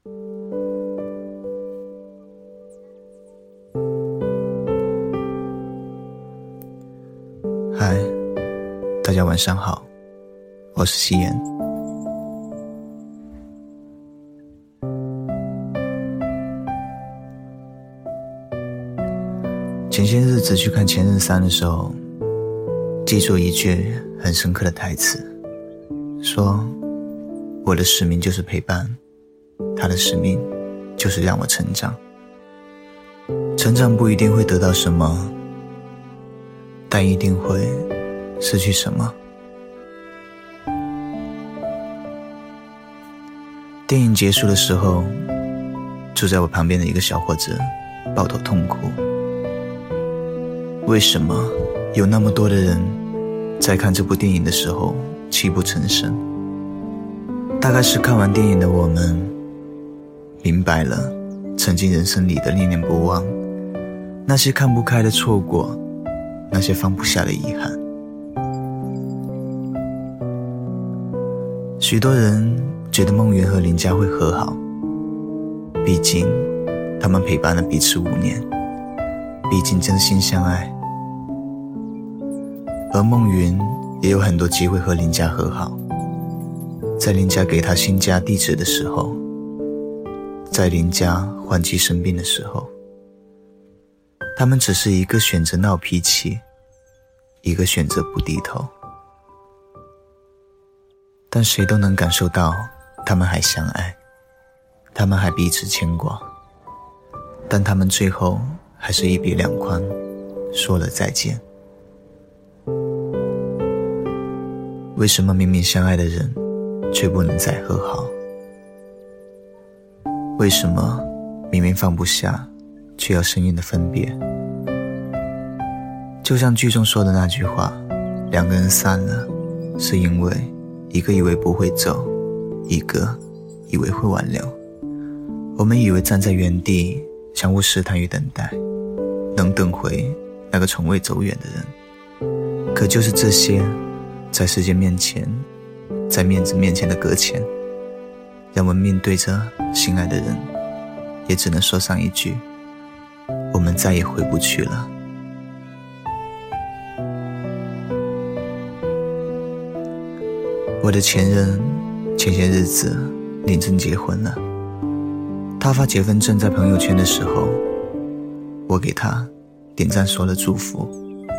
嗨，大家晚上好，我是夕颜。前些日子去看《前任3》的时候，记住一句很深刻的台词，说我的使命就是陪伴，他的使命就是让我成长。成长不一定会得到什么，但一定会失去什么。电影结束的时候，住在我旁边的一个小伙子抱头痛哭。为什么有那么多的人在看这部电影的时候泣不成声？大概是看完电影的我们明白了曾经人生里的念念不忘，那些看不开的错过，那些放不下的遗憾。许多人觉得孟云和林佳会和好，毕竟他们陪伴了彼此5年，毕竟真心相爱。而孟云也有很多机会和林佳和好，在林佳给他新家地址的时候，在林佳换季生病的时候，他们只是一个选择闹脾气，一个选择不低头，但谁都能感受到他们还相爱，他们还彼此牵挂，但他们最后还是一别两宽，说了再见。为什么明明相爱的人却不能再和好？为什么明明放不下却要生硬的分别？就像剧中说的那句话，两个人散了，是因为一个以为不会走，一个以为会挽留。我们以为站在原地相互试探与等待，能等回那个从未走远的人。可就是这些在时间面前，在面子面前的搁浅，让我们面对着心爱的人，也只能说上一句，我们再也回不去了。我的前任前些日子领证结婚了，他发结婚证在朋友圈的时候，我给他点赞说了祝福。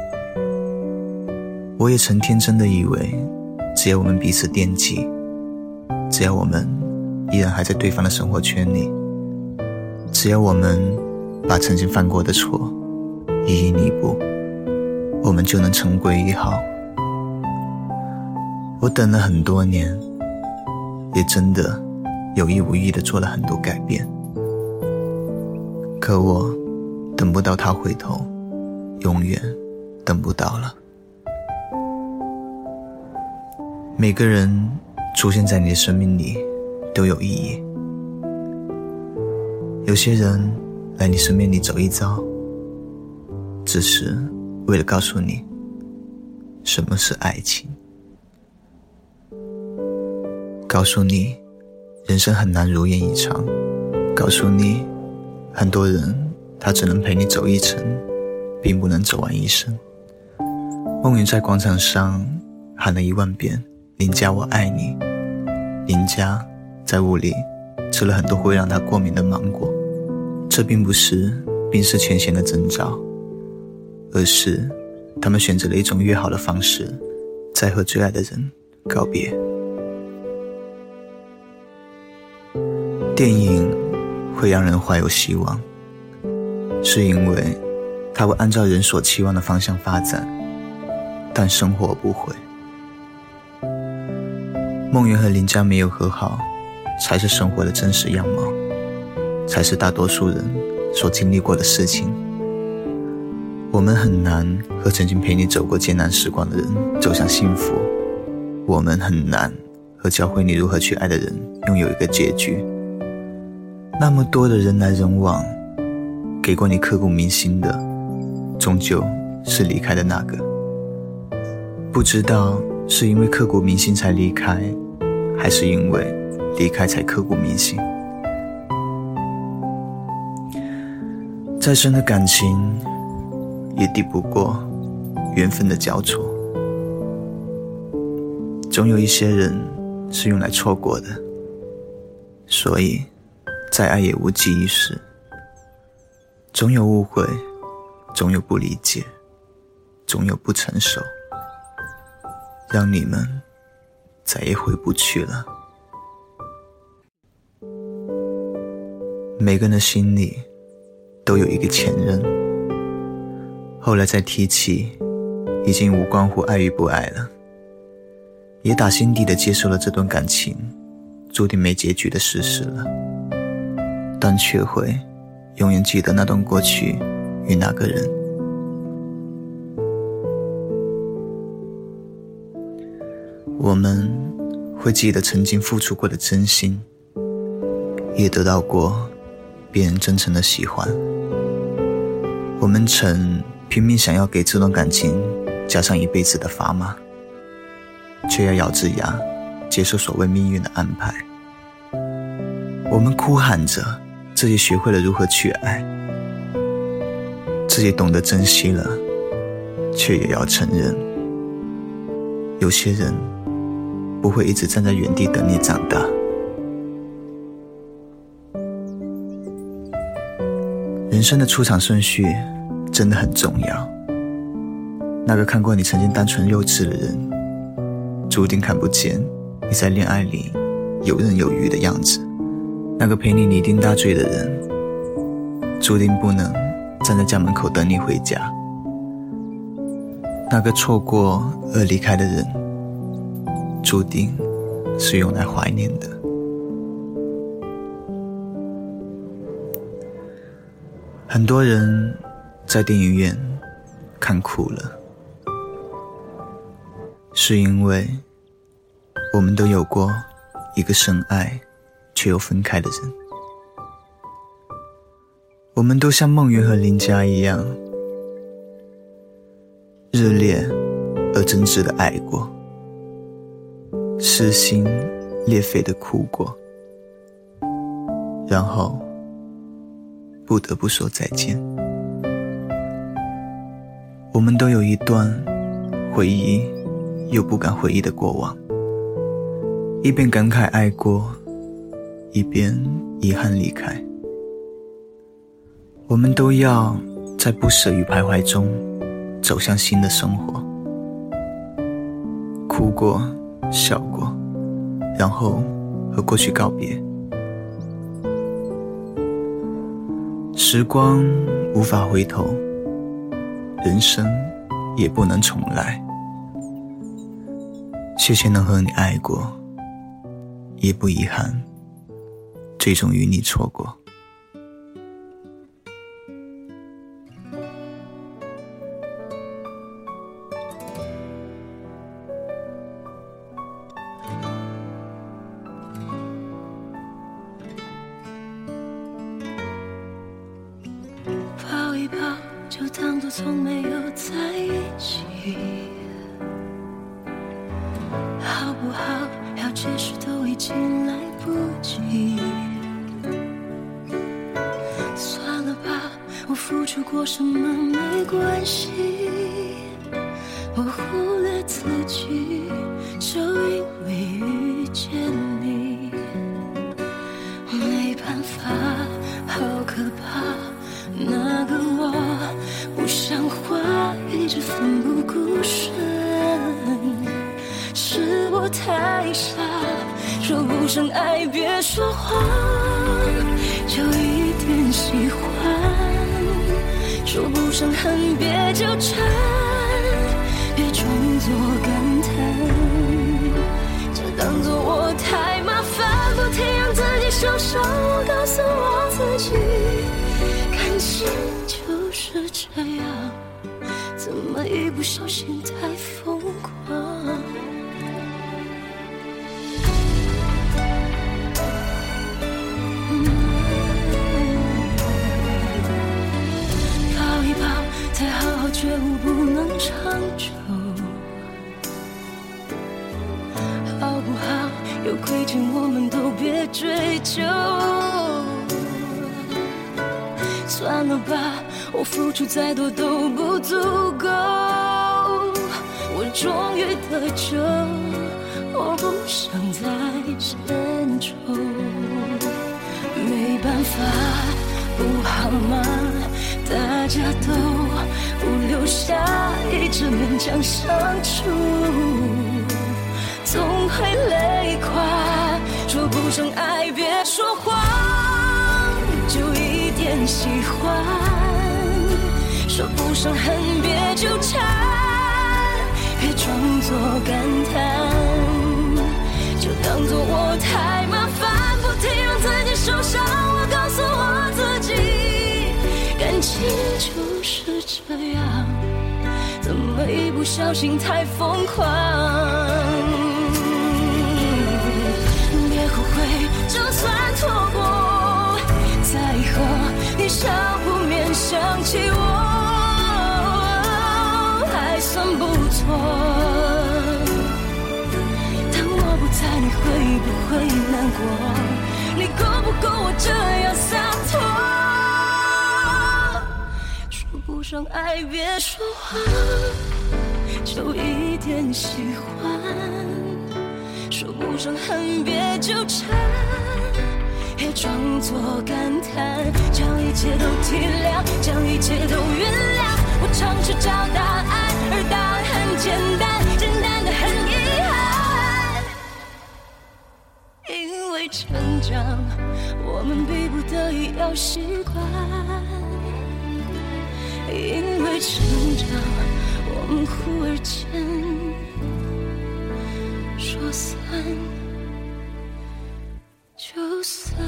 我也曾天真的以为，只要我们彼此惦记，只要我们依然还在对方的生活圈里，只要我们把曾经犯过的错一一弥补，我们就能重归于好。我等了很多年，也真的有意无意地做了很多改变，可我等不到他回头，永远等不到了。每个人出现在你的生命里都有意义，有些人来你生命里走一遭，只是为了告诉你什么是爱情，告诉你人生很难如愿以偿，告诉你很多人他只能陪你走一程，并不能走完一生。孟云在广场上喊了1万遍林佳我爱你，林佳在屋里吃了很多会让他过敏的芒果，这并不是病逝前嫌的征兆，而是他们选择了一种越好的方式，在和最爱的人告别。电影会让人怀有希望，是因为它会按照人所期望的方向发展，但生活不会。孟云和林佳没有和好，才是生活的真实样貌，才是大多数人所经历过的事情。我们很难和曾经陪你走过艰难时光的人走向幸福，我们很难和教会你如何去爱的人拥有一个结局。那么多的人来人往，给过你刻骨铭心的，终究是离开的那个。不知道是因为刻骨铭心才离开，还是因为离开才刻骨铭心。 再深的感情也抵不过缘分的交错。总有一些人是用来错过的，所以再爱也无济于事。总有误会，总有不理解，总有不成熟，让你们再也回不去了。每个人的心里都有一个前任，后来再提起，已经无关乎爱与不爱了，也打心底的接受了这段感情注定没结局的事实了，但却会永远记得那段过去与那个人。我们会记得曾经付出过的真心，也得到过别人真诚的喜欢。我们曾拼命想要给这段感情加上一辈子的砝码，却要咬着牙接受所谓命运的安排。我们哭喊着自己学会了如何去爱，自己懂得珍惜了，却也要承认，有些人不会一直站在原地等你长大。人生的出场顺序真的很重要，那个看过你曾经单纯幼稚的人，注定看不见你在恋爱里游刃有余的样子。那个陪你酩酊大醉的人，注定不能站在家门口等你回家。那个错过而离开的人，注定是用来怀念的。很多人在电影院看哭了，是因为我们都有过一个深爱却又分开的人。我们都像梦圆和林佳一样，热烈而真挚的爱过，撕心裂肺的哭过，然后不得不说再见。我们都有一段回忆又不敢回忆的过往，一边感慨爱过，一边遗憾离开。我们都要在不舍与徘徊中走向新的生活，哭过，笑过，然后和过去告别。时光无法回头，人生也不能重来。谢谢能和你爱过，也不遗憾最终与你错过。 抱一抱，就当作从没有在一起，好不好？要解释都已经来不及。算了吧，我付出过什么没关系，我忽略自己，就因为遇见你。没办法，好可怕。那个我不像话，一直奋不顾身，是我太傻，说不上爱别说谎，就一点喜欢，说不上恨别纠缠，别装作感叹，就当作我太麻烦，不停让自己受伤。我告诉我自己，感情就是这样，怎么一不小心太疯狂。抱一抱，再好好觉悟不能长久，好不好？有亏欠我们都别追究。 算了吧，我付出再多都不足够。我终于得救，我不想再牵愁。没办法，不好吗？大家都不留下，一直勉强相处，总会累垮。说不上爱，别说谎，就一点喜欢。说不上恨，别纠缠，别装作感叹，就当作我太麻烦，不停让自己受伤。我告诉我自己，感情就是这样，怎么一不小心太疯狂。别后悔，就算错过，在和你相互面想起我，还算不错。当我不在，你会不会难过？你够不够我这样洒脱？说不上爱，别说谎，就一点喜欢。说不上恨，别纠缠，别装作感叹，将一切都体谅，将一切都原谅。我尝试找答案，而答案很简单，简单的很遗憾。因为成长，我们逼不得已要习惯；因为成长，我们忽而间说散就散。